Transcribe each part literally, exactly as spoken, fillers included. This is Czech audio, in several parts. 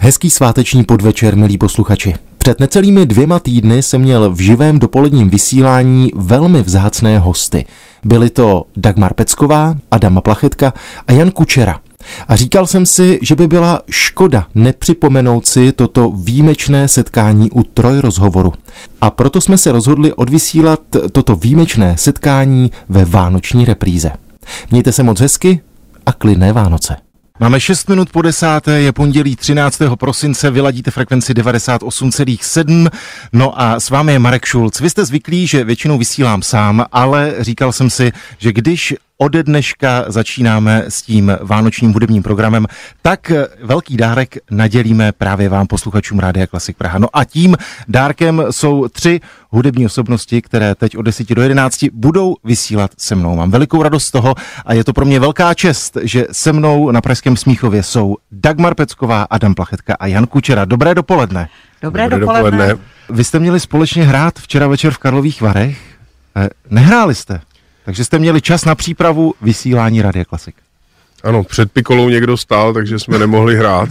Hezký sváteční podvečer, milí posluchači. Před necelými dvěma týdny jsem měl v živém dopoledním vysílání velmi vzácné hosty. Byli to Dagmar Pecková, Adam Plachetka a Jan Kučera. A říkal jsem si, že by byla škoda nepřipomenout si toto výjimečné setkání u Trojrozhovoru. A proto jsme se rozhodli odvysílat toto výjimečné setkání ve vánoční repríze. Mějte se moc hezky a klidné Vánoce. Máme šest minut po desáté, je pondělí třináctého prosince, vyladíte frekvenci devadesát osm celá sedm, no a s vámi je Marek Šulc. Vy jste zvyklí, že většinou vysílám sám, ale říkal jsem si, že když ode dneška začínáme s tím vánočním hudebním programem, tak velký dárek nadělíme právě vám, posluchačům Rádia Klasik Praha. No a tím dárkem jsou tři hudební osobnosti, které teď od deseti do jedenácti budou vysílat se mnou. Mám velikou radost z toho a je to pro mě velká čest, že se mnou na Pražském Smíchově jsou Dagmar Pecková, Adam Plachetka a Jan Kučera. Dobré dopoledne. Dobré, Dobré dopoledne. dopoledne. Vy jste měli společně hrát včera večer v Karlových Varech. Nehráli jste, takže jste měli čas na přípravu vysílání Rádia Klasik. Ano, před Pikolou někdo stál, takže jsme nemohli hrát.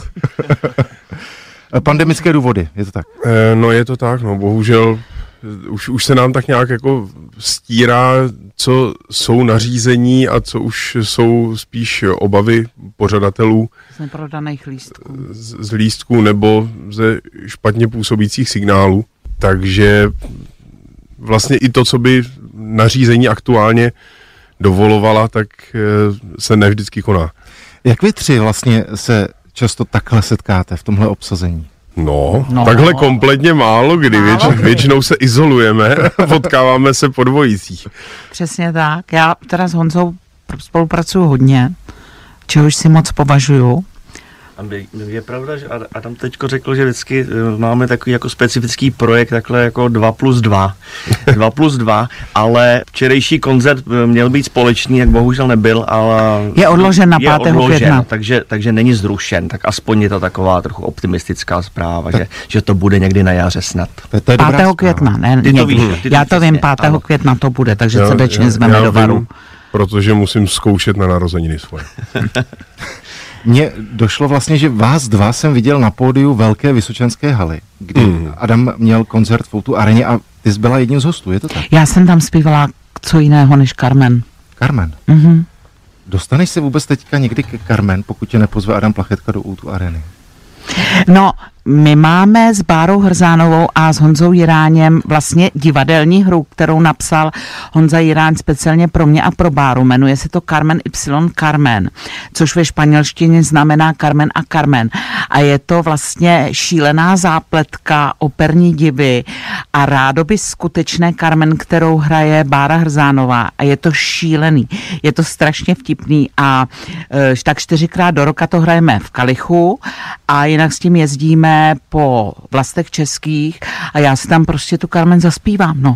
Pandemické důvody, je to tak? E, no je to tak, no bohužel už, už se nám tak nějak jako stírá, co jsou nařízení a co už jsou spíš obavy pořadatelů. Z neprodaných lístků. Z, z lístků nebo ze špatně působících signálů. Takže vlastně i to, co by nařízení aktuálně dovolovala, tak se nevždycky koná. Jak vy tři vlastně se často takhle setkáte v tomhle obsazení? No, no takhle kompletně málo kdy, málo většinou, kdy. většinou se izolujeme, potkáváme se po dvojicích. Přesně tak, já teda s Honzou spolupracuju hodně, čehož si moc považuju. Je pravda, že Adam teďko řekl, že vždycky máme takový jako specifický projekt, takhle jako dva plus dva. dva plus dva, ale včerejší koncert měl být společný, jak bohužel nebyl, ale je odložen na pátého května. Takže, takže není zrušen, tak aspoň je to taková trochu optimistická zpráva, že, že to bude někdy na jaře snad. pátého května, ne, ty to víš, ty to já to vím, pátého května to bude, takže já, srdečně zveme do varu. Protože musím zkoušet na narozeniny svoje. Mně došlo vlastně, že vás dva jsem viděl na pódiu Velké Vysočanské haly, kdy mm. Adam měl koncert v Outu areně a ty jsi byla jedním z hostů, je to tak? Já jsem tam zpívala co jiného než Carmen. Carmen? Mhm. Dostaneš se vůbec teďka někdy ke Carmen, pokud tě nepozve Adam Plachetka do Outu areny? No, my máme s Bárou Hrzánovou a s Honzou Jiráněm vlastně divadelní hru, kterou napsal Honza Jiráň speciálně pro mě a pro Báru. Jmenuje se to Carmen y Carmen, což ve španělštině znamená Carmen a Carmen. A je to vlastně šílená zápletka operní divy a rádoby skutečné Carmen, kterou hraje Bára Hrzánová. A je to šílený. Je to strašně vtipný a e, tak čtyřikrát do roka to hrajeme v Kalichu a jinak s tím jezdíme po vlastech českých a já si tam prostě tu Carmen zaspívám, no.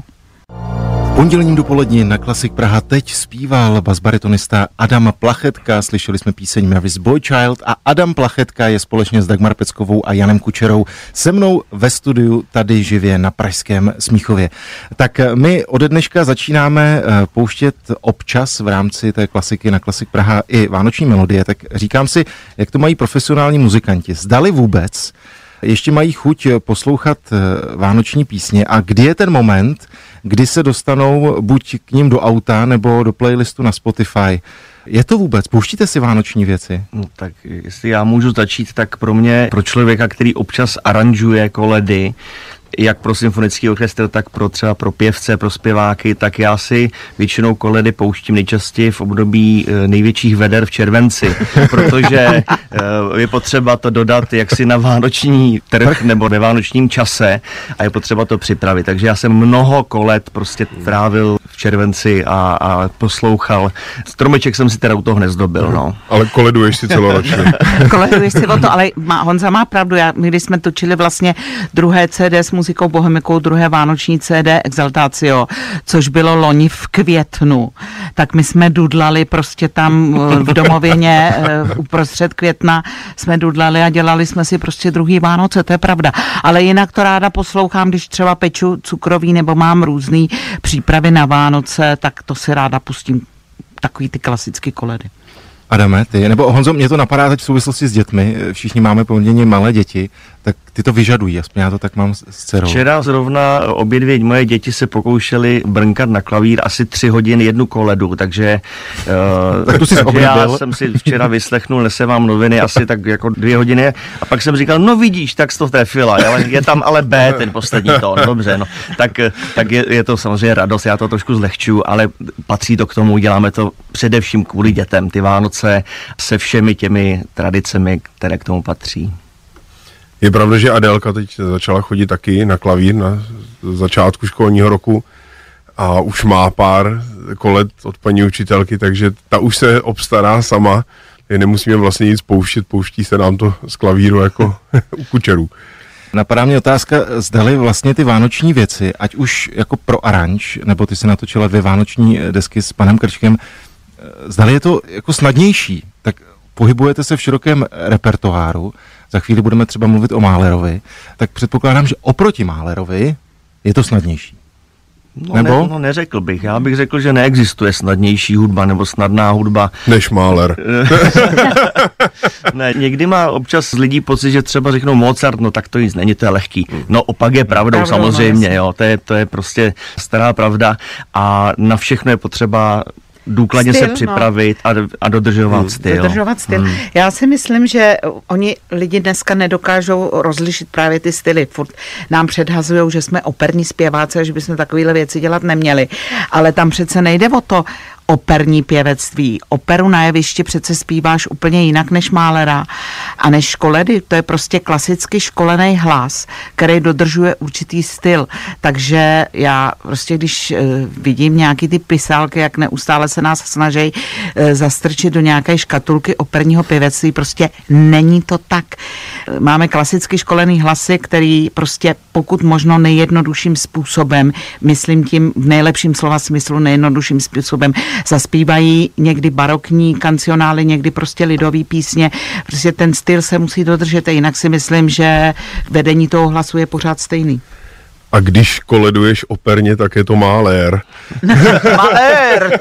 V pondělním dopolední na Klasik Praha teď zpíval basbaritonista Adam Plachetka, slyšeli jsme píseň Mary's Boy Child a Adam Plachetka je společně s Dagmar Peckovou a Janem Kučerou se mnou ve studiu tady živě na Pražském Smíchově. Tak my ode dneška začínáme pouštět občas v rámci té klasiky na Klasik Praha i vánoční melodie, tak říkám si, jak to mají profesionální muzikanti. Zdali vůbec ještě mají chuť poslouchat vánoční písně a kdy je ten moment, kdy se dostanou buď k ním do auta nebo do playlistu na Spotify. Je to vůbec? Pouštíte si vánoční věci? No, tak jestli já můžu začít, tak pro mě, pro člověka, který občas aranžuje koledy, jak pro symfonický orchestr, tak pro třeba pro pěvce, pro zpěváky, tak já si většinou koledy pouštím nejčastěji v období největších veder v červenci, protože je potřeba to dodat jaksi na vánoční trh nebo na vánočním čase a je potřeba to připravit. Takže já jsem mnoho kolet prostě trávil v červenci a, a poslouchal. Stromeček jsem si teda u toho nezdobil, no. Ale koleduješ si celoročně. Koleduješ si o to, ale má, Honza má pravdu. Já, my když jsme točili vlastně druhé C D s muzikou Bohemikou, druhé vánoční C D Exaltatio, což bylo loni v květnu, tak my jsme dudlali prostě tam v domovině uprostřed května jsme dudlali a dělali jsme si prostě druhý Vánoce, to je pravda. Ale jinak to ráda poslouchám, když třeba peču cukroví nebo mám různý přípravy na Vánoce, tak to si ráda pustím, takový ty klasické koledy. Adame, ty, nebo Honzo, mě to napadá teď v souvislosti s dětmi, všichni máme poměrně malé děti, tak ty to vyžadují, aspoň já to tak mám s dcerou. Včera zrovna obě dvě moje děti se pokoušely brnkat na klavír asi tři hodiny jednu koledu, takže, uh, tak to takže já jsem si včera vyslechnul, nese vám noviny asi tak jako dvě hodiny a pak jsem říkal, no vidíš, tak jsi to trefila, ale je tam ale B, ten poslední tón, dobře, no, tak, tak je, je to samozřejmě radost, já to trošku zlehčuju, ale patří to k tomu, děláme to především kvůli dětem, ty Vánoce se všemi těmi tradicemi, které k tomu patří. Je pravda, že Adélka teď začala chodit taky na klavír na začátku školního roku a už má pár kolet od paní učitelky, takže ta už se obstará sama, nemusíme vlastně nic pouštět, pouští se nám to z klavíru jako u kučerů. Napadá mě otázka, zdali vlastně ty vánoční věci, ať už jako pro aranž, nebo ty si natočila dvě vánoční desky s panem Krčkem, zdali je to jako snadnější, tak pohybujete se v širokém repertoáru, za chvíli budeme třeba mluvit o Mahlerovi, tak předpokládám, že oproti Mahlerovi je to snadnější. No, nebo? Ne, no neřekl bych, já bych řekl, že neexistuje snadnější hudba nebo snadná hudba. Než Mahler. Ne, někdy má občas lidí pocit, že třeba řeknou Mozart, no tak to nic není, to je lehký. No opak je pravdou, pravdou samozřejmě, jo, to je, to je prostě stará pravda a na všechno je potřeba důkladně styl, se připravit no. a, a dodržovat hmm. styl. Dodržovat styl. Hmm. Já si myslím, že oni lidi dneska nedokážou rozlišit právě ty styly. Furt nám předhazujou, že jsme operní zpěváci, že bychom takovéhle věci dělat neměli. Ale tam přece nejde o to operní pěvectví. Operu na jevišti přece zpíváš úplně jinak než Mahlera a než koledy. To je prostě klasicky školený hlas, který dodržuje určitý styl. Takže já prostě, když uh, vidím nějaký ty pisálky, jak neustále se nás snaží uh, zastrčit do nějaké škatulky operního pěvectví, prostě není to tak. Máme klasicky školený hlasy, který prostě pokud možno nejjednodušším způsobem, myslím tím v nejlepším slova smyslu nejjednodušším způsobem, zaspívají někdy barokní kancionály, někdy prostě lidový písně. Prostě ten styl se musí dodržet a jinak si myslím, že vedení toho hlasu je pořád stejný. A když koleduješ operně, tak je to Mahler. Mahler!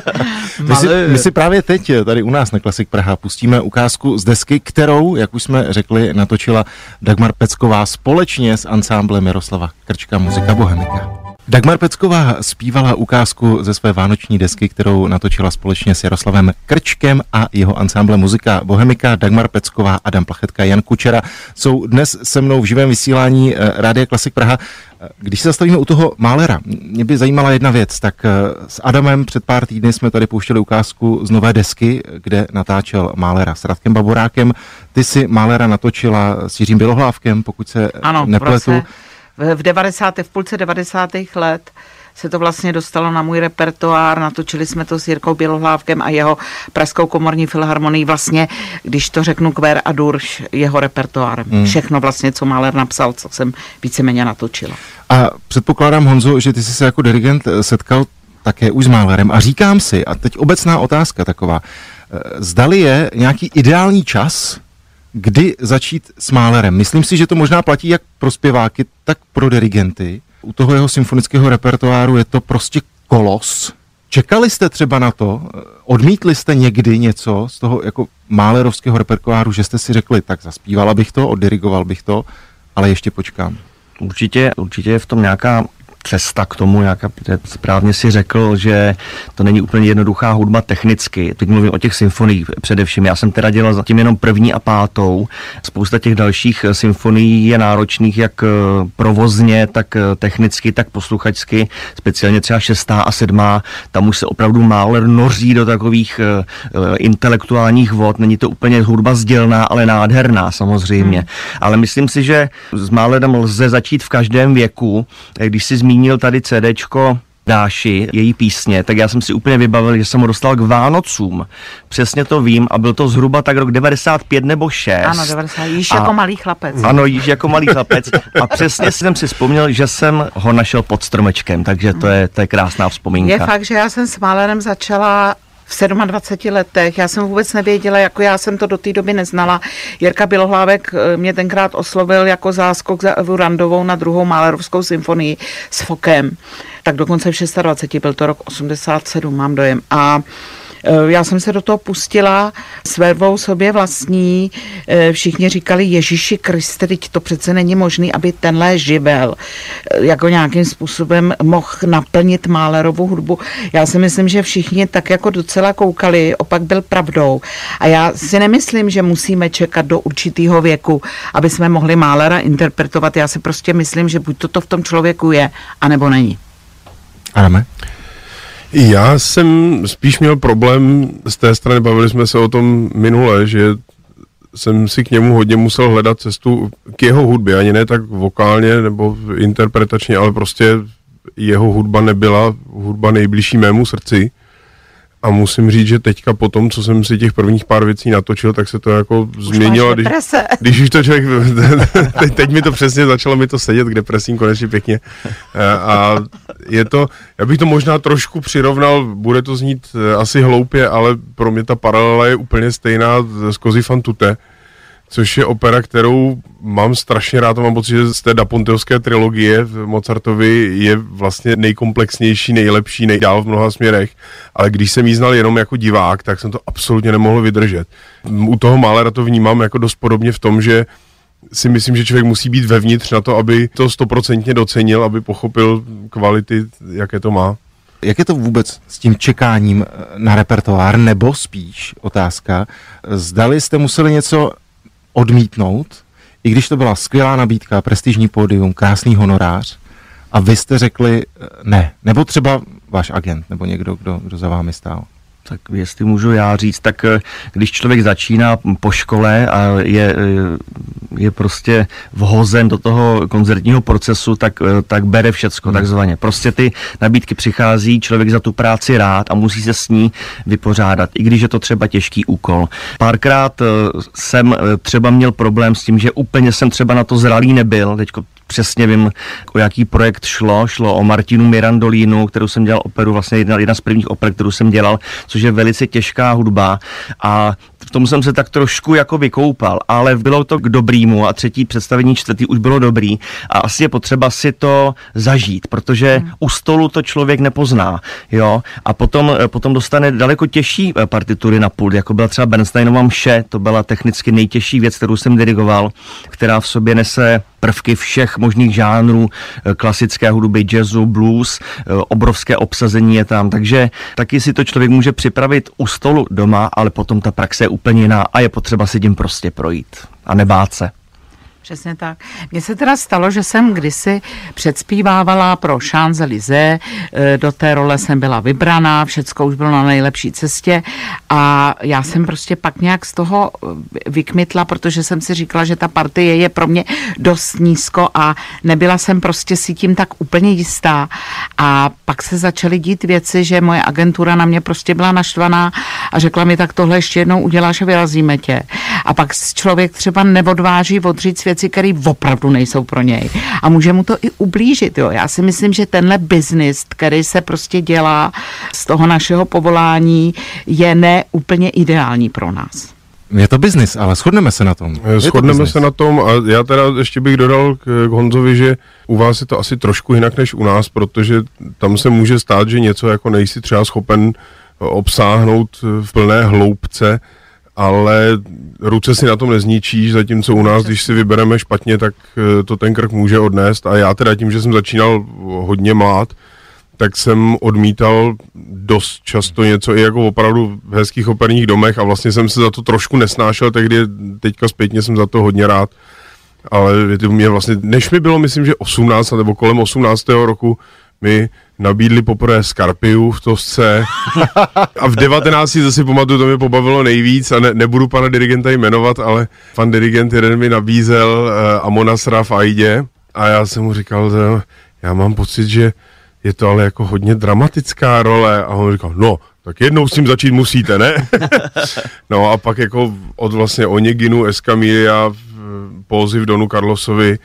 My si, my si právě teď tady u nás na Klasik Praha pustíme ukázku z desky, kterou, jak už jsme řekli, natočila Dagmar Pecková společně s ansámblem Jaroslava Krčka Muzika Bohemika. Dagmar Pecková zpívala ukázku ze své vánoční desky, kterou natočila společně s Jaroslavem Krčkem a jeho ansámblem Muzika Bohemika. Dagmar Pecková, Adam Plachetka, Jan Kučera jsou dnes se mnou v živém vysílání Rádia Klasik Praha. Když se zastavíme u toho Mahlera, mě by zajímala jedna věc, tak s Adamem před pár týdny jsme tady pouštěli ukázku z nové desky, kde natáčel Mahlera s Radkem Baborákem. Ty si Mahlera natočila s Jiřím Bělohlávkem, pokud se ano, nepletu. Ano, v devadesátých v půlce devadesátých let se to vlastně dostalo na můj repertoár, natočili jsme to s Jirkou Bělohlávkem a jeho Pražskou komorní filharmonii, vlastně, když to řeknu Kvér a dur, jeho repertoár. Hmm. Všechno vlastně, co Mahler napsal, co jsem víceméně natočila. A předpokládám, Honzo, že ty jsi se jako dirigent setkal také už s Mahlerem a říkám si, a teď obecná otázka taková, zdali je nějaký ideální čas, kdy začít s Mahlerem. Myslím si, že to možná platí jak pro zpěváky, tak pro dirigenty. U toho jeho symfonického repertoáru je to prostě kolos. Čekali jste třeba na to? Odmítli jste někdy něco z toho jako Mahlerovského repertoáru, že jste si řekli, tak zaspívala bych to, oddirigoval bych to, ale ještě počkám. Určitě, určitě je v tom nějaká cesta k tomu, jak správně si řekl, že to není úplně jednoduchá hudba technicky. Teď mluvím o těch symfoniích především. Já jsem teda dělal zatím jenom první a pátou. Spousta těch dalších symfonií je náročných jak provozně, tak technicky, tak posluchačsky. Speciálně třeba šestá a sedmá. Tam už se opravdu Mahler noří do takových uh, intelektuálních vod. Není to úplně hudba sdělná, ale nádherná samozřejmě. Hmm. Ale myslím si, že s Mahlerem lze začít v každém věku. Když si zmínil Zmínil tady CDčko Dáši, její písně, tak já jsem si úplně vybavil, že jsem ho dostal k Vánocům. Přesně to vím a byl to zhruba tak rok devadesát pět nebo šest. Ano, devadesát, již a, jako malý chlapec. Ano, již jako malý chlapec. A přesně jsem si vzpomněl, že jsem ho našel pod stromečkem, takže to je, to je krásná vzpomínka. Je fakt, že já jsem s Mahlerem začala v dvaceti sedmi letech. Já jsem vůbec nevěděla, jako já jsem to do té doby neznala. Jirka Bělohlávek mě tenkrát oslovil jako záskok za Evu Randovou na druhou Mahlerovskou symfonii s Fokem. Tak dokonce v dvaceti šesti byl to rok osmdesát sedm, mám dojem. A Já jsem se do toho pustila s vervou sobě vlastní. Všichni říkali, Ježíši Kriste, teď to přece není možný, aby tenhle živel jako nějakým způsobem mohl naplnit Mahlerovu hudbu. Já si myslím, že všichni tak jako docela koukali, opak byl pravdou. A já si nemyslím, že musíme čekat do určitého věku, aby jsme mohli Mahlera interpretovat. Já si prostě myslím, že buď to, to v tom člověku je, anebo není. Adame? Já jsem spíš měl problém z té strany, bavili jsme se o tom minule, že jsem si k němu hodně musel hledat cestu k jeho hudbě, ani ne tak vokálně nebo interpretačně, ale prostě jeho hudba nebyla hudba nejbližší mému srdci. A musím říct, že teďka po tom, co jsem si těch prvních pár věcí natočil, tak se to jako už změnilo. Když, když už to člověk, teď, teď mi to přesně začalo mi to sedět k depresím konečně pěkně. A je to, já bych to možná trošku přirovnal, bude to znít asi hloupě, ale pro mě ta paralela je úplně stejná s Così fan tutte, což je opera, kterou mám strašně rád, mám pocit, že z té daponteovské trilogie v Mozartovi je vlastně nejkomplexnější, nejlepší, nejdál v mnoha směrech, ale když jsem jí znal jenom jako divák, tak jsem to absolutně nemohl vydržet. U toho Mahlera to vnímám jako dost podobně v tom, že si myslím, že člověk musí být vevnitř na to, aby to stoprocentně docenil, aby pochopil kvality, jaké to má. Jak je to vůbec s tím čekáním na repertoár, nebo spíš otázka, zdali jste museli něco odmítnout, i když to byla skvělá nabídka, prestižní pódium, krásný honorář a vy jste řekli ne, nebo třeba váš agent, nebo někdo, kdo, kdo za vámi stál. Tak jestli můžu já říct, tak když člověk začíná po škole a je, je prostě vhozen do toho koncertního procesu, tak, tak bere všecko, hmm. takzvaně. Prostě ty nabídky přichází, člověk za tu práci rád a musí se s ní vypořádat, i když je to třeba těžký úkol. Párkrát jsem třeba měl problém s tím, že úplně jsem třeba na to zralý nebyl, teďko přesně vím, o jaký projekt šlo. Šlo o Martinu Mirandolinu, kterou jsem dělal operu, vlastně jedna, jedna z prvních oper, kterou jsem dělal, což je velice těžká hudba a v tom jsem se tak trošku jako vykoupal, ale bylo to k dobrýmu a třetí představení, čtvrtý už bylo dobrý a asi je potřeba si to zažít, protože hmm. u stolu to člověk nepozná, jo, a potom, potom dostane daleko těžší partitury na pult, jako byla třeba Bernsteinova mše, to byla technicky nejtěžší věc, kterou jsem dirigoval, která v sobě nese prvky všech možných žánrů, klasické hudby, jazzu, blues, obrovské obsazení je tam, takže taky si to člověk může připravit u stolu doma, ale potom ta praxe je úplně jiná a je potřeba si tím prostě projít a nebát se. Přesně tak. Mně se teda stalo, že jsem kdysi předspívávala pro Champs-Élysées, do té role jsem byla vybraná, všecko už bylo na nejlepší cestě a já jsem prostě pak nějak z toho vykmitla, protože jsem si říkala, že ta partie je pro mě dost nízko a nebyla jsem prostě si tím tak úplně jistá a pak se začaly dít věci, že moje agentura na mě prostě byla naštvaná a řekla mi, tak tohle ještě jednou uděláš a vyrazíme tě. A pak člověk třeba neodváží odříct věci, které opravdu nejsou pro něj. A může mu to i ublížit. Jo. Já si myslím, že tenhle biznis, který se prostě dělá z toho našeho povolání, je ne úplně ideální pro nás. Je to biznis, ale shodneme se na tom. Shodneme se na tom a já teda ještě bych dodal k, k Honzovi, že u vás je to asi trošku jinak než u nás, protože tam se může stát, že něco jako nejsi třeba schopen obsáhnout v plné hloubce, ale ruce si na tom nezničíš, zatímco u nás, když si vybereme špatně, tak to ten krk může odnést a já teda tím, že jsem začínal hodně mlád, tak jsem odmítal dost často něco i jako opravdu v hezkých operních domech a vlastně jsem se za to trošku nesnášel, tehdy teďka zpětně jsem za to hodně rád, ale to mě vlastně, než mi bylo, myslím, že osmnáct nebo kolem osmnáctého roku mi nabídli poprvé Scarpiu v Tosce a v devatenácti zase pamatuju, to mě pobavilo nejvíc a ne, nebudu pana dirigenta jmenovat, ale pan dirigent jeden mi nabízel uh, Amona Sra v Aidě a já jsem mu říkal, že já mám pocit, že je to ale jako hodně dramatická role a on říkal, no, tak jednou s tím začít musíte, ne? No a pak jako od vlastně Oneginu, Escamilla, Pózy v Donu Carlosovi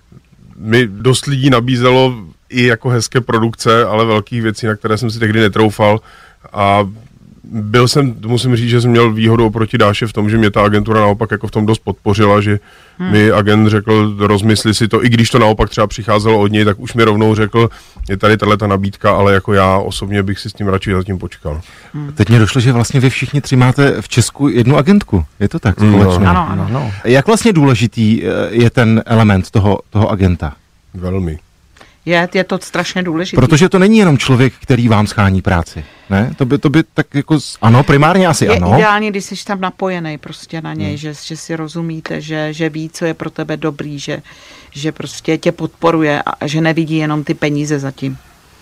mi dost lidí nabízelo i jako hezké produkce, ale velkých věcí, na které jsem si tehdy netroufal a byl jsem, musím říct, že jsem měl výhodu oproti Dáše v tom, že mě ta agentura naopak jako v tom dost podpořila, že hmm. mi agent řekl, rozmysli si to, i když to naopak třeba přicházelo od něj, tak už mi rovnou řekl, je tady tato nabídka, ale jako já osobně bych si s tím radši zatím počkal. Hmm. Teď mě došlo, že vlastně vy všichni tři máte v Česku jednu agentku. Je to tak společně? No. Ano, ano. No. Jak vlastně důležitý je ten element toho, toho agenta? Velmi. Je, je to strašně důležité. Protože to není jenom člověk, který vám schání práci, ne? To by, to by tak jako, ano, primárně asi je ano. Je ideální, když jsi tam napojený prostě na něj, hmm. že, že si rozumíte, že, že ví, co je pro tebe dobrý, že, že prostě tě podporuje a že nevidí jenom ty peníze zatím.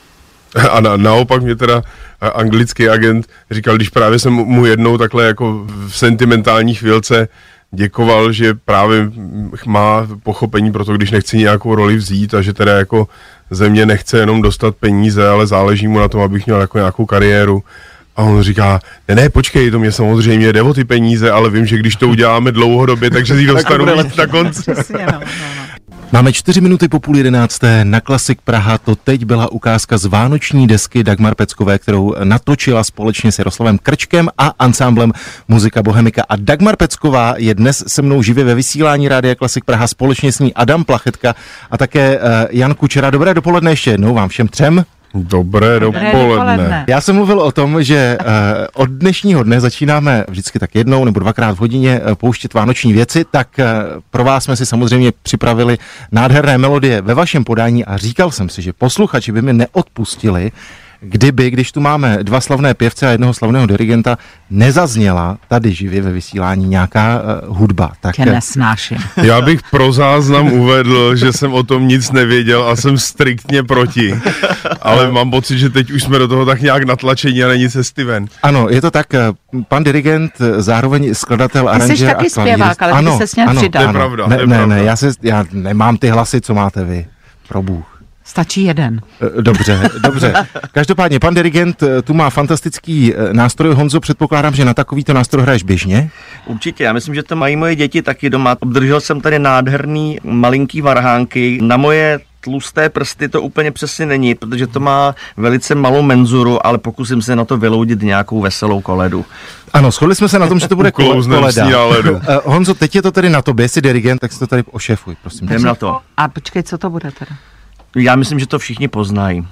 A na, naopak mě teda anglický agent říkal, když právě jsem mu jednou takhle jako v sentimentální chvílce děkoval, že právě má pochopení pro to, když nechci nějakou roli vzít a že teda jako ze mě nechce jenom dostat peníze, ale záleží mu na tom, abych měl jako nějakou kariéru. A on říká, ne, ne, počkej, to mě samozřejmě jde o ty peníze, ale vím, že když to uděláme dlouhodobě, takže si dostanu víc na konci. Přesně, no, no, no. Máme čtyři minuty po půl jedenácté na Klasik Praha. To teď byla ukázka z vánoční desky Dagmar Peckové, kterou natočila společně s Jaroslavem Krčkem a ansámblem Muzika Bohemika. A Dagmar Pecková je dnes se mnou živě ve vysílání Rádia Klasik Praha, společně s ní Adam Plachetka a také uh, Jan Kučera. Dobré dopoledne ještě jednou vám všem třem. Dobré dopoledne. Já jsem mluvil o tom, že uh, od dnešního dne začínáme vždycky tak jednou nebo dvakrát v hodině uh, pouštět vánoční věci, tak uh, pro vás jsme si samozřejmě připravili nádherné melodie ve vašem podání a říkal jsem si, že posluchači by mi neodpustili, kdyby, když tu máme dva slavné pěvce a jednoho slavného dirigenta, nezazněla tady živě ve vysílání nějaká uh, hudba. Tak tě nesnáším. Já bych pro záznam uvedl, že jsem o tom nic nevěděl a jsem striktně proti. Ale mám pocit, že teď už jsme do toho tak nějak natlačení a není cesty ven. Ano, je to tak, pan dirigent, zároveň skladatel, aranžér a klavír. Ty jsi taky zpěvák, ale ano, ty se směl přidat. To je pravda, ne, to je ne, pravda. ne, já, se, já nemám ty hlasy, co máte vy. Pro Bůh. Stačí jeden. Dobře, dobře. Každopádně, pan dirigent tu má fantastický nástroj. Honzo, předpokládám, že na takovýto nástroj hraješ běžně? Určitě, já myslím, že to mají moje děti taky doma. Obdržel jsem tady nádherný malinký varhánky. Na moje tlusté prsty to úplně přesně není, protože to má velice malou menzuru, ale pokusím se na to vyloudit nějakou veselou koledu. Ano, shodli jsme se na tom, že to bude koleda. Uh, Honzo, teď je to tedy na tobě, jsi dirigent, tak si to tady ošefuj, prosím. Jdem na to. A počkej, co to bude teda? Já myslím, že to všichni poznají.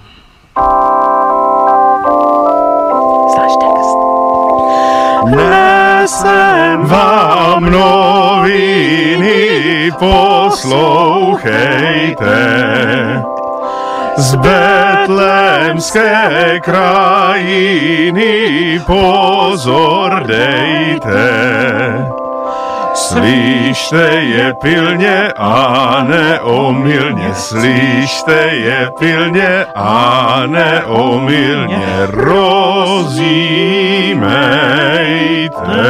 Znáš text? Nesem vám noviny, poslouchejte. Z betlémské krajiny pozor dejte. Slyšte je pilně a neomylně, slyšte je pilně a neomylně, rozjímejte.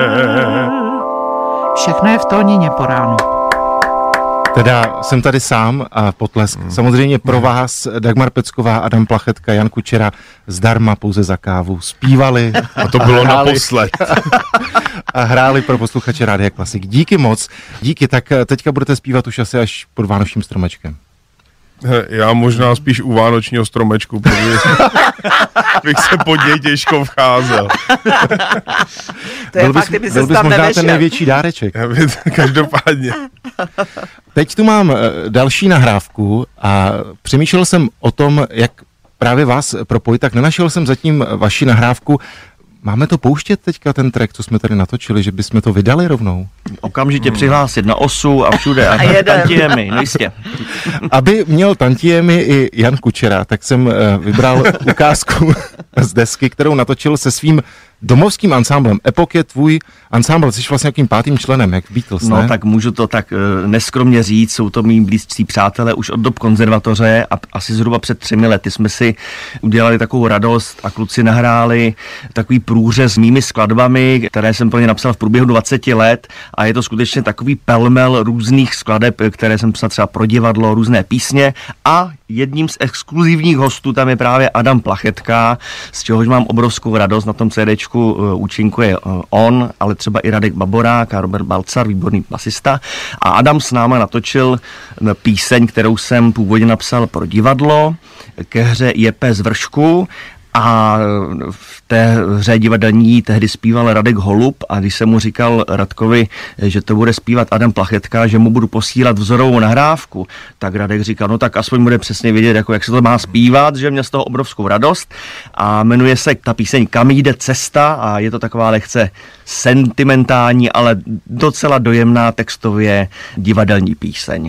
Všechno je v tónině po ránu. Teda jsem tady sám a potlesk. Hmm. Samozřejmě pro vás Dagmar Pecková, Adam Plachetka, Jan Kučera zdarma pouze za kávu zpívali. A to bylo naposled. A hráli pro posluchače Rádia Klasik. Díky moc. Díky, tak teďka budete zpívat už asi až pod vánočním stromečkem. Já možná spíš u vánočního stromečku, protože bych se pod něj těžko vcházel. To je byl fakt, bys, kdyby byl se bys tam možná nevešel. ten největší dáreček. Každopádně. Teď tu mám další nahrávku a přemýšlel jsem o tom, jak právě vás propojit, tak nenašel jsem zatím vaši nahrávku. Máme to pouštět teďka, ten track, co jsme tady natočili, že bychom to vydali rovnou? Okamžitě hmm. přihlásit na osu a všude. A, a tantiemy, no jistě. Aby měl tantiemy i Jan Kučera, tak jsem vybral ukázku z desky, kterou natočil se svým domovským ansámblem. Epok je tvůj ansámbl, jsi vlastně jakým pátým členem, jak Beatles, ne? No tak můžu to tak uh, neskromně říct, jsou to mý blízcí přátelé už od dob konzervatoře a asi zhruba před třemi lety jsme si udělali takovou radost a kluci nahráli takový průřez s mými skladbami, které jsem pro ně napsal v průběhu dvaceti let a je to skutečně takový pelmel různých skladeb, které jsem psal třeba pro divadlo, různé písně a jedním z exkluzivních hostů tam je právě Adam Plachetka, z čehož mám obrovskou radost. Na tom CDčku účinkuje on, ale třeba i Radek Baborák a Robert Balcar, výborný basista. A Adam s náma natočil píseň, kterou jsem původně napsal pro divadlo, ke hře J P z Vršku. A v té hře divadelní tehdy zpíval Radek Holub a když jsem mu říkal Radkovi, že to bude zpívat Adam Plachetka, že mu budu posílat vzorovou nahrávku, tak Radek říkal, no tak aspoň bude přesně vědět, jako jak se to má zpívat, že měl z toho obrovskou radost a jmenuje se ta píseň Kam jde cesta a je to taková lehce sentimentální, ale docela dojemná textově divadelní píseň.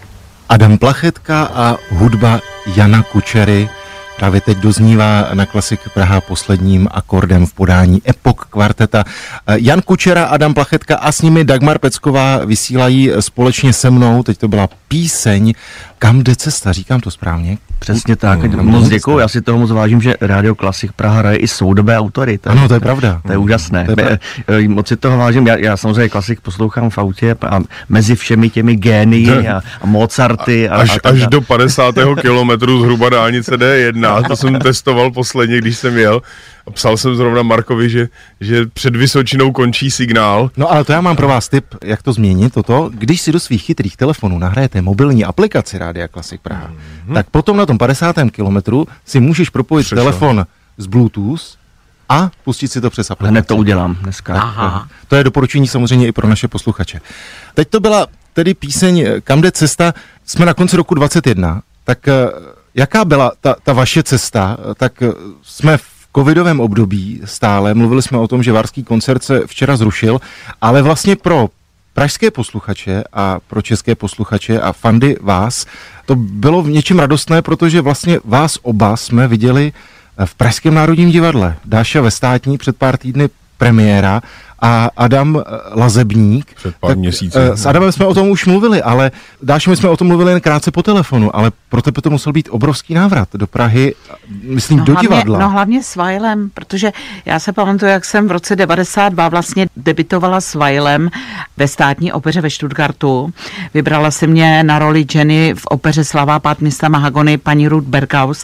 Adam Plachetka a hudba Jana Kučery právě teď doznívá na Klasik Praha posledním akordem v podání Epok kvarteta. Jan Kučera, Adam Plachetka a s nimi Dagmar Pecková vysílají společně se mnou. Teď to byla píseň Kam jde cesta, říkám to správně? Přesně tak, no, moc děkuju, já si toho moc vážím, že Rádio Klasik Praha hraje i soudobé autory. To, ano, to je pravda. To je úžasné. To je Me, moc si toho vážím, já, já samozřejmě Klasik poslouchám v autě a mezi všemi těmi génii a, a Mozarty. A, až, a až do padesátého kilometru zhruba dálnice D jedna, to jsem testoval posledně, když jsem jel. A psal jsem zrovna Markovi, že, že před Vysočinou končí signál. No ale to já mám pro vás tip, jak to změnit toto. Když si do svých chytrých telefonů nahrajete mobilní aplikaci Rádia Klasik Praha, mm-hmm. tak potom na tom padesátém kilometru si můžeš propojit Přišel. telefon z Bluetooth a pustit si to přes aplikaci. Hned to udělám dneska. Aha. To je doporučení samozřejmě i pro naše posluchače. Teď to byla tedy píseň Kam jde cesta. Jsme na konci roku dvacet jedna. Tak jaká byla ta, ta vaše cesta? Tak jsme v covidovém období stále. Mluvili jsme o tom, že Varský koncert se včera zrušil, ale vlastně pro pražské posluchače a pro české posluchače a fandy vás to bylo v něčem radostné, protože vlastně vás oba jsme viděli v Pražském národním divadle. Dáša ve Státní před pár týdny premiéra a Adam Lazebník. Před pár měsíci. S Adamem jsme o tom už mluvili, ale Dáši, my jsme o tom mluvili jen krátce po telefonu, ale pro tebe to musel být obrovský návrat do Prahy, myslím no, do hlavně, divadla. No hlavně s Weilem, protože já se pamatuju, jak jsem v roce devadesát dva vlastně debitovala s Weilem ve Státní opeře ve Stuttgartu. Vybrala si mě na roli Jenny v opeře Slavá pád města Mahagony paní Ruth Berghaus,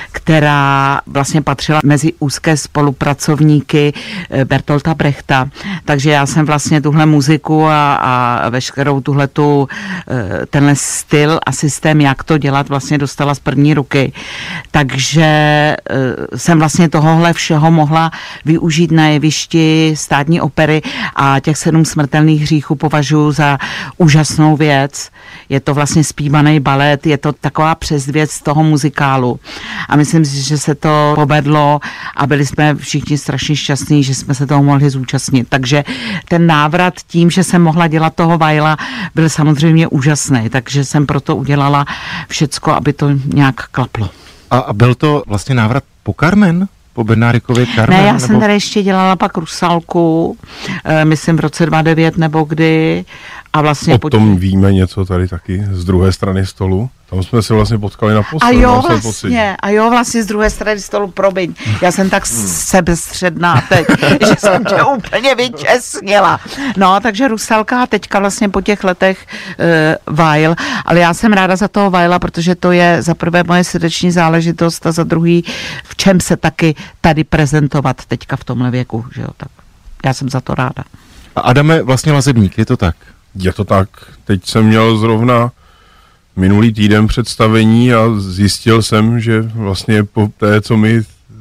která vlastně patřila mezi úzké spolupracovníky Bertolta Brechta. Takže já jsem vlastně tuhle muziku a, a veškerou tuhletu, tenhle styl a systém, jak to dělat, vlastně dostala z první ruky. Takže jsem vlastně tohohle všeho mohla využít na jevišti Státní opery a těch sedm smrtelných hříchů považuji za úžasnou věc. Je to vlastně zpívaný balet, je to taková předzvěst toho muzikálu. A myslím si, že se to povedlo a byli jsme všichni strašně šťastní, že jsme se toho mohli zúčastnit. Takže ten návrat tím, že jsem mohla dělat toho Weila, byl samozřejmě úžasný. Takže jsem proto udělala všecko, aby to nějak klaplo. A, a byl to vlastně návrat po Carmen? Po Bednárikově Carmen? Ne, já nebo... jsem tady ještě dělala pak Rusalku, e, myslím v roce dvacet devět nebo kdy. A vlastně o tom po... víme něco tady taky z druhé strany stolu. Tam jsme se vlastně potkali na A jo, vlastně, a jo, vlastně z druhé strany stolu, promiň. Já jsem tak sebestředná teď, že jsem tě úplně vyčesnila. No, takže Rusalka a teďka vlastně po těch letech uh, Weil, ale já jsem ráda za toho Weila, protože to je za prvé moje srdeční záležitost a za druhý, v čem se taky tady prezentovat teďka v tomhle věku, že jo, tak já jsem za to ráda. A Adame vlastně Lazebník, je to tak? Je to tak. Teď jsem měl zrovna minulý týden představení a zjistil jsem, že vlastně po té, co mi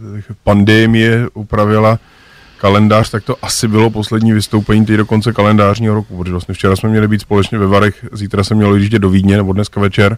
pandemie upravila kalendář, tak to asi bylo poslední vystoupení teď do konce kalendářního roku, protože vlastně včera jsme měli být společně ve Varech, zítra jsem měl jít do Vídně, nebo dneska večer.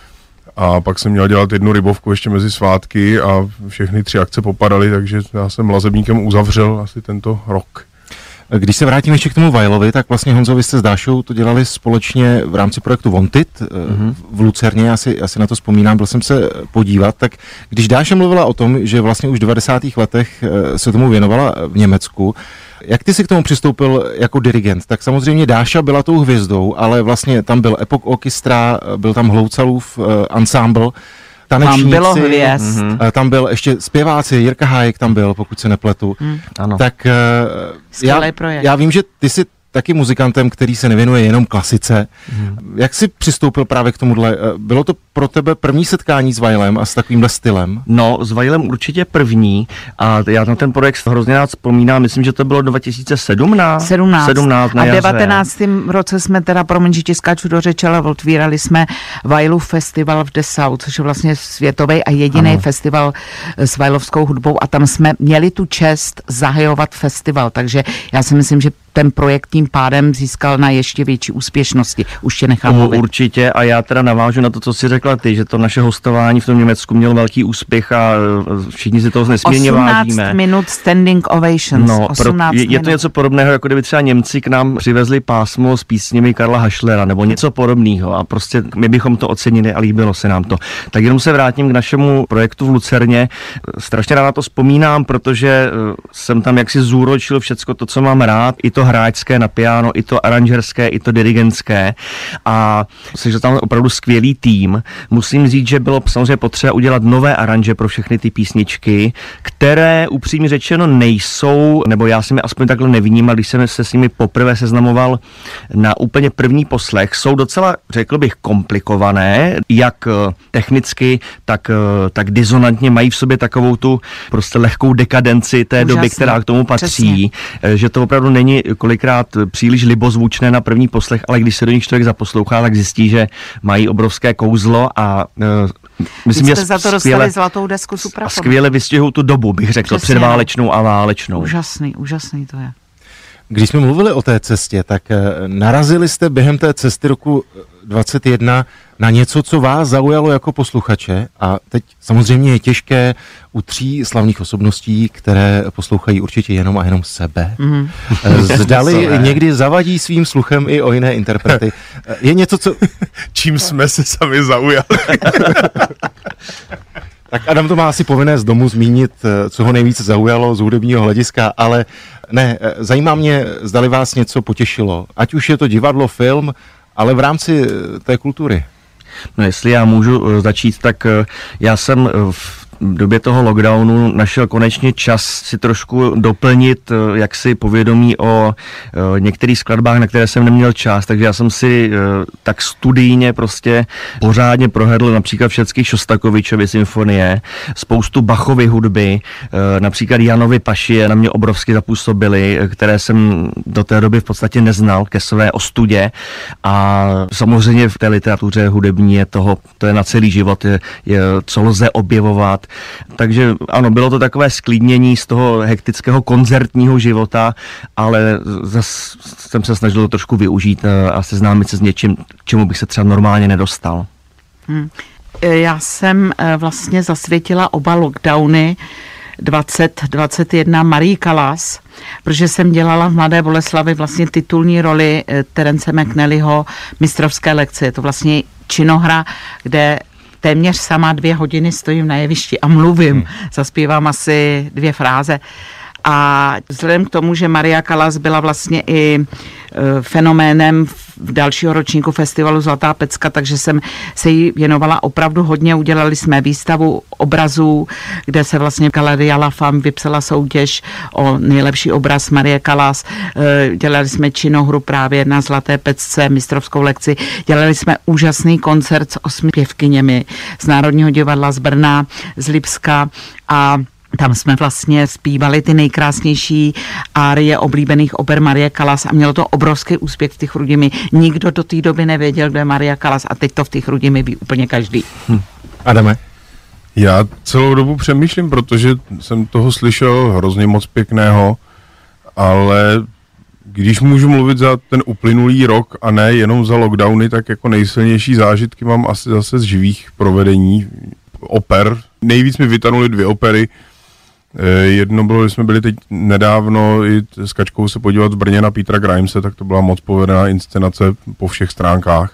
A pak jsem měl dělat jednu rybovku ještě mezi svátky a všechny tři akce popadaly, takže já jsem Lazebníkem uzavřel asi tento rok. Když se vrátím ještě k tomu Weilovi, tak vlastně Honzo, vy jste s Dášou to dělali společně v rámci projektu Wanted mm-hmm. v Lucerně, já si, já si na to vzpomínám, byl jsem se podívat, tak když Dáša mluvila o tom, že vlastně už v devadesátých letech se tomu věnovala v Německu, jak ty jsi k tomu přistoupil jako dirigent? Tak samozřejmě Dáša byla tou hvězdou, ale vlastně tam byl Epok Orchestra, byl tam Hloucalův ensemble, tanečníci, tam bylo hvězd. Mm-hmm. Tam byl ještě zpěváci, Jirka Hájek tam byl, pokud se nepletu. Mm. Ano. Tak já, já vím, že ty si taky muzikantem, který se nevěnuje jenom klasice. Hmm. Jak jsi přistoupil právě k tomuhle? Bylo to pro tebe první setkání s Vailem a s takovýmhle stylem? No, s Vailem určitě první a já na ten projekt hrozně rád vzpomínám, myslím, že to bylo dva tisíce sedmnáct. sedmnáct. sedmnáct na a v jaře. devatenáctém roce jsme teda, promiň, že ti skáču do řeči, ale otvírali jsme Vailův festival v Dessau, což je vlastně světový a jediný festival s vailovskou hudbou a tam jsme měli tu čest zahajovat festival, takže já si myslím, že ten projekt tím pádem získal na ještě větší úspěšnosti. Už tě nechám mluvit. Určitě a já teda navážu na to, co jsi řekla ty, že to naše hostování v tom Německu mělo velký úspěch a všichni si toho nesmírně vážíme. osmnáct minut standing ovations. No, pro, je, je to něco podobného, jako kdyby třeba Němci k nám přivezli pásmo s písněmi Karla Hašlera nebo něco podobného a prostě my bychom to ocenili a líbilo se nám to. Tak jenom se vrátím k našemu projektu v Lucerně. Strašně rád na to vzpomínám, protože jsem tam jaksi zúročil všecko to, co mám rád, i to hráčské na piano, i to aranžerské, i to dirigentské a že tam opravdu skvělý tým. Musím říct, že bylo samozřejmě potřeba udělat nové aranže pro všechny ty písničky, které upřímně řečeno nejsou, nebo já jsem je aspoň takhle nevnímal, když jsem se s nimi poprvé seznamoval na úplně první poslech, jsou docela, řekl bych, komplikované, jak technicky, tak, tak disonantně mají v sobě takovou tu prostě lehkou dekadenci té Úžasný. doby, která k tomu patří, Přesně. že to opravdu není kolikrát příliš libozvučné na první poslech, ale když se do nich člověk zaposlouchá, tak zjistí, že mají obrovské kouzlo a uh, myslím, že za to dostali zlatou desku Suprafon. A skvěle vystihují tu dobu, bych řekl, Přesně. předválečnou a válečnou. Úžasný, úžasný to je. Když jsme mluvili o té cestě, tak narazili jste během té cesty roku dvacet jedna na něco, co vás zaujalo jako posluchače a teď samozřejmě je těžké u tří slavných osobností, které poslouchají určitě jenom a jenom sebe. Mm. Zdali někdy zavadí svým sluchem i o jiné interprety. Je něco, co... Čím jsme se sami zaujali. Tak Adam to má asi povinné z domu zmínit, co ho nejvíce zaujalo z hudebního hlediska, ale ne, zajímá mě, zdali vás něco potěšilo. Ať už je to divadlo, film, ale v rámci té kultury. No jestli já můžu začít, tak já jsem v době toho lockdownu našel konečně čas si trošku doplnit jaksi povědomí o některých skladbách, na které jsem neměl čas, takže já jsem si tak studijně prostě pořádně prohlédl například všechny Šostakovičovy symfonie, spoustu Bachovy hudby, například Janovi Pašie na mě obrovsky zapůsobily, které jsem do té doby v podstatě neznal ke své ostudě a samozřejmě v té literatuře hudební je toho, to je na celý život, je, je, co lze objevovat. Takže ano, bylo to takové sklidnění z toho hektického koncertního života, ale zase jsem se snažil to trošku využít a seznámit se s něčím, k čemu bych se třeba normálně nedostal. Hmm. Já jsem vlastně zasvětila oba lockdowny dvacet dvacet jedna Marii Callas, protože jsem dělala v Mladé Boleslavi vlastně titulní roli Terence McNallyho Mistrovské lekce. Je to vlastně činohra, kde téměř sama dvě hodiny stojím na jevišti a mluvím. Hmm. Zaspívám asi dvě fráze. A vzhledem k tomu, že Maria Callas byla vlastně i e, fenoménem v dalšího ročníku festivalu Zlatá pecka, takže jsem se jí věnovala opravdu hodně. Udělali jsme výstavu obrazů, kde se vlastně Galeria La Femme vypsala soutěž o nejlepší obraz Marie Callas. E, dělali jsme činohru právě na Zlaté pecce, mistrovskou lekci. Dělali jsme úžasný koncert s osmi pěvkyněmi z Národního divadla z Brna, z Lipska a tam jsme vlastně zpívali ty nejkrásnější árie oblíbených oper Marie Callas a mělo to obrovský úspěch v těch Chrudimi. Nikdo do té doby nevěděl, kdo je Maria Callas a teď to v těch Chrudimi ví úplně každý. Hm. Adame? Já celou dobu přemýšlím, protože jsem toho slyšel hrozně moc pěkného, ale když můžu mluvit za ten uplynulý rok a ne jenom za lockdowny, tak jako nejsilnější zážitky mám asi zase z živých provedení oper. Nejvíc mi vytanuly dvě opery. Jedno bylo, že jsme byli teď nedávno i s Kačkou se podívat v Brně na Petra Grimese, tak to byla moc povedená inscenace po všech stránkách.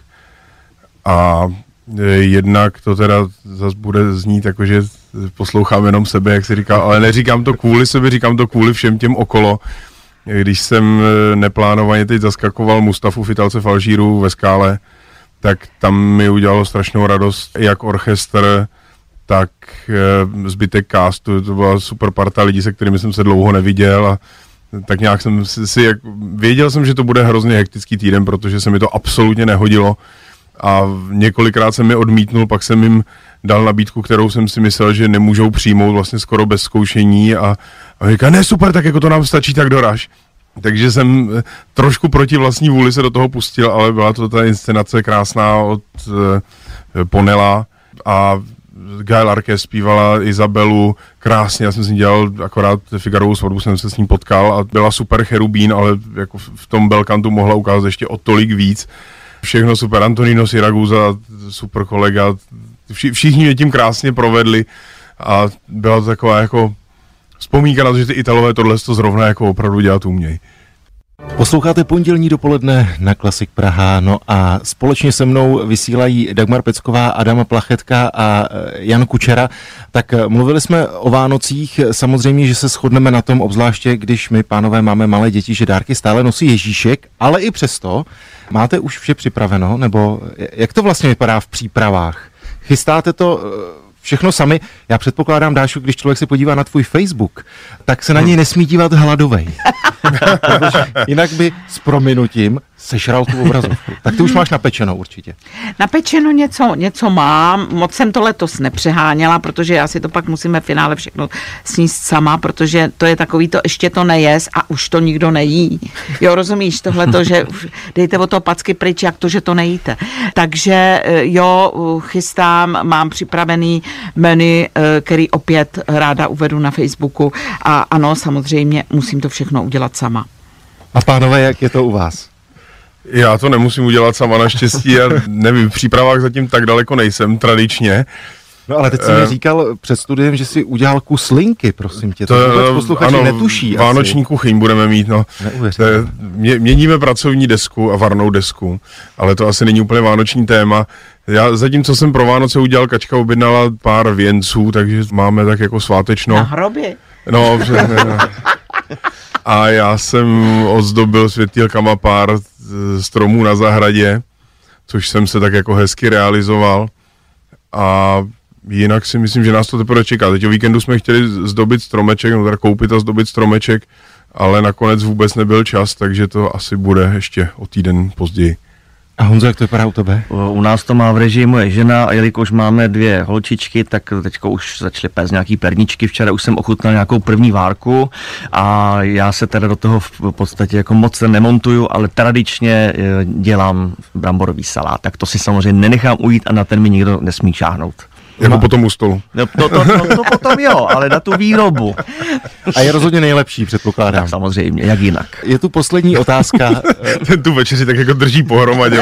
A jednak to teda zase bude znít jako, že poslouchám jenom sebe, jak si říká, ale neříkám to kvůli sobě, říkám to kvůli všem těm okolo. Když jsem neplánovaně teď zaskakoval Mustafu v Italce v Alžíru ve Skále, tak tam mi udělalo strašnou radost jak orchestr, tak e, zbytek castu, to byla super parta lidí, se kterými jsem se dlouho neviděl a tak nějak jsem si, si jak, věděl jsem, že to bude hrozně hektický týden, protože se mi to absolutně nehodilo a několikrát jsem mi odmítnul, pak jsem jim dal nabídku, kterou jsem si myslel, že nemůžou přijmout vlastně skoro bez zkoušení a, a říká, ne super, tak jako to nám stačí, tak doraž. Takže jsem trošku proti vlastní vůli se do toho pustil, ale byla to ta inscenace krásná od uh, Ponela a Guy Larke zpívala Izabelu krásně, já jsem s ní dělal akorát Figarovou svatbu, jsem se s ním potkal a byla super cherubín, ale jako v tom belkantu mohla ukázat ještě o tolik víc. Všechno super, Antonino Siragusa, super kolega, vši, všichni mě tím krásně provedli a byla to taková jako vzpomínka na to, že ty Italové tohle to zrovna jako opravdu dělat umějí. Posloucháte Pondělní dopoledne na Klasik Praha, no a společně se mnou vysílají Dagmar Pecková, Adama Plachetka a Jan Kučera. Tak mluvili jsme o Vánocích, samozřejmě, že se shodneme na tom, obzvláště když my, pánové, máme malé děti, že dárky stále nosí Ježíšek, ale i přesto máte už vše připraveno, nebo jak to vlastně vypadá v přípravách? Chystáte to všechno sami? Já předpokládám, Dášu, když člověk se podívá na tvůj Facebook, tak se na něj nesmí dívat hladovej. Jinak by s prominutím sešral tu obrazovku. Tak ty už máš napečeno určitě. Napečeno něco, něco mám, moc jsem to letos nepřeháněla, protože já si to pak musíme v finále všechno sníst sama, protože to je takový to, ještě to nejes a už to nikdo nejí. Jo, rozumíš, tohleto, že dejte o to packy pryč, jak to, že to nejíte. Takže jo, chystám, mám připravený menu, který opět ráda uvedu na Facebooku a ano, samozřejmě musím to všechno udělat sama. A pánové, jak je to u vás? Já to nemusím udělat sama naštěstí, já nevím, v přípravách zatím tak daleko nejsem tradičně. No ale teď jsi mi říkal před studiem, že jsi udělal kus linky, prosím tě. To, to posluchači ano, netuší. Vánoční asi. Kuchyň budeme mít, no. Mě, měníme pracovní desku a varnou desku, ale to asi není úplně vánoční téma. Já zatímco jsem pro Vánoce udělal, Kačka objednala pár věnců, takže máme tak jako svátečno. Na hrobě. No, přesně. No. A já jsem ozdobil světýlkama pár stromů na zahradě, což jsem se tak jako hezky realizoval. A jinak si myslím, že nás to teprve čeká. Teď o víkendu jsme chtěli zdobit stromeček, no teda koupit a zdobit stromeček, ale nakonec vůbec nebyl čas, takže to asi bude ještě o týden později. A Honzo, jak to vypadá u tebe? U nás to má v režii moje žena a jelikož máme dvě holčičky, tak teďko už začaly péct nějaký perničky. Včera už jsem ochutnal nějakou první várku a já se teda do toho v podstatě jako moc nemontuju, ale tradičně dělám bramborový salát. Tak to si samozřejmě nenechám ujít a na ten mi nikdo nesmí šáhnout. Jako potom u stolu. No, to, to, to, to potom jo, ale na tu výrobu. A je rozhodně nejlepší, předpokládám. Tak samozřejmě, jak jinak. Je tu poslední otázka. Ten tu večeři tak jako drží pohromadě.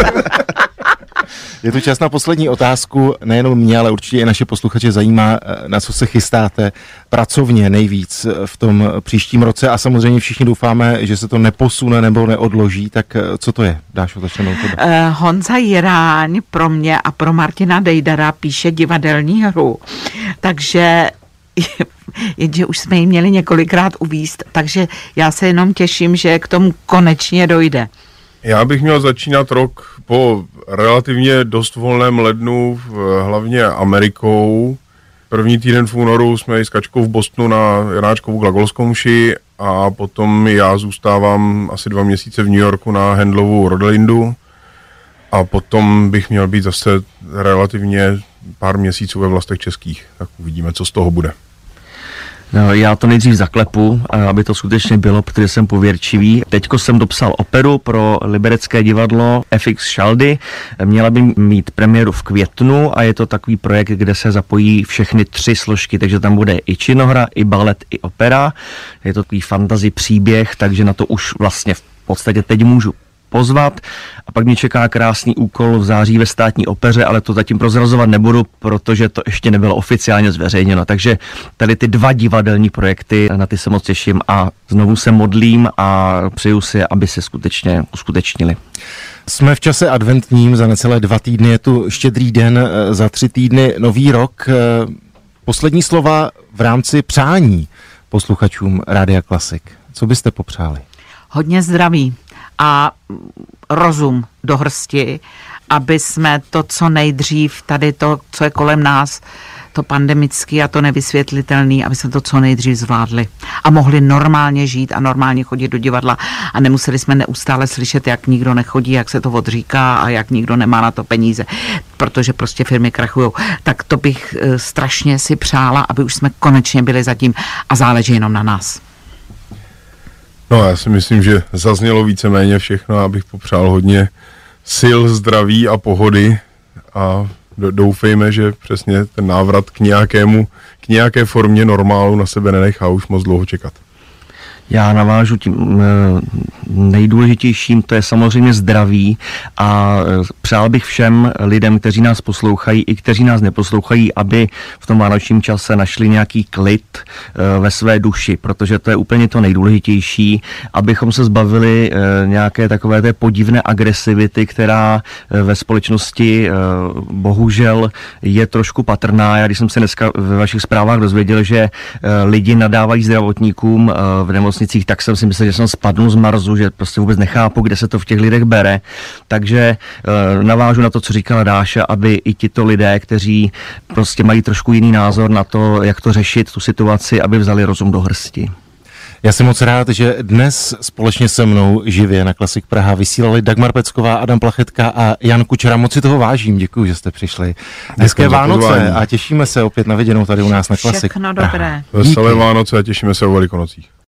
Je tu čas na poslední otázku, nejenom mě, ale určitě i naše posluchače zajímá, na co se chystáte pracovně nejvíc v tom příštím roce a samozřejmě všichni doufáme, že se to neposune nebo neodloží, tak co to je? Dášo, začneme u tebe. Uh, Honza Jiráň pro mě a pro Martina Dejdara píše divadelní hru, takže jenže už jsme ji měli několikrát uvízt, takže já se jenom těším, že k tomu konečně dojde. Já bych měl začínat rok po relativně dost volném lednu, hlavně Amerikou. První týden v únoru jsme i s Kačkou v Bostonu na Janáčkovu glagolskou mši a potom já zůstávám asi dva měsíce v New Yorku na Handlovu Rodelindu a potom bych měl být zase relativně pár měsíců ve vlastech českých. Tak uvidíme, co z toho bude. No, já to nejdřív zaklepu, aby to skutečně bylo, protože jsem pověrčivý. Teďko jsem dopsal operu pro liberecké divadlo F X Šaldy. Měla by mít premiéru v květnu a je to takový projekt, kde se zapojí všechny tři složky, takže tam bude i činohra, i balet, i opera. Je to takový fantasy příběh, takže na to už vlastně v podstatě teď můžu pozvat a pak mě čeká krásný úkol v září ve Státní opeře, ale to zatím prozrazovat nebudu, protože to ještě nebylo oficiálně zveřejněno. Takže tady ty dva divadelní projekty, na ty se moc těším a znovu se modlím a přeju si, aby se skutečně uskutečnili. Jsme v čase adventním, za necelé dva týdny je tu Štědrý den, za tři týdny Nový rok. Poslední slova v rámci přání posluchačům Rádia Klasik. Co byste popřáli? Hodně zdraví a rozum do hrsti, aby jsme to co nejdřív, tady to, co je kolem nás, to pandemický a to nevysvětlitelný, aby jsme to co nejdřív zvládli a mohli normálně žít a normálně chodit do divadla a nemuseli jsme neustále slyšet, jak nikdo nechodí, jak se to odříká a jak nikdo nemá na to peníze, protože prostě firmy krachujou. Tak to bych e, strašně si přála, aby už jsme konečně byli zatím a záleží jenom na nás. No já si myslím, že zaznělo víceméně všechno, abych popřál hodně sil, zdraví a pohody a doufejme, že přesně ten návrat k nějakému, k nějaké formě normálu na sebe nenechá už moc dlouho čekat. Já navážu tím nejdůležitějším, to je samozřejmě zdraví a přál bych všem lidem, kteří nás poslouchají i kteří nás neposlouchají, aby v tom vánočním čase našli nějaký klid ve své duši, protože to je úplně to nejdůležitější, abychom se zbavili nějaké takové té podivné agresivity, která ve společnosti bohužel je trošku patrná. Já když jsem se dneska ve vašich zprávách dozvěděl, že lidi nadávají zdravotníkům v nemocnicích, tak jsem si myslel, že jsem spadnul z Marsu, že prostě vůbec nechápu, kde se to v těch lidech bere. Takže e, navážu na to, co říkala Dáša, aby i tito lidé, kteří prostě mají trošku jiný názor na to, jak to řešit, tu situaci, aby vzali rozum do hrsti. Já jsem moc rád, že dnes společně se mnou živě na Klasik Praha vysílali Dagmar Pecková, Adam Plachetka a Jan Kučera. Moc si toho vážím, děkuji, že jste přišli. Hezké Vánoce a těšíme se opět na viděnou tady u nás na Klasik. Všechno dobré. Veselé Vánoce a těšíme se o Velikonocích.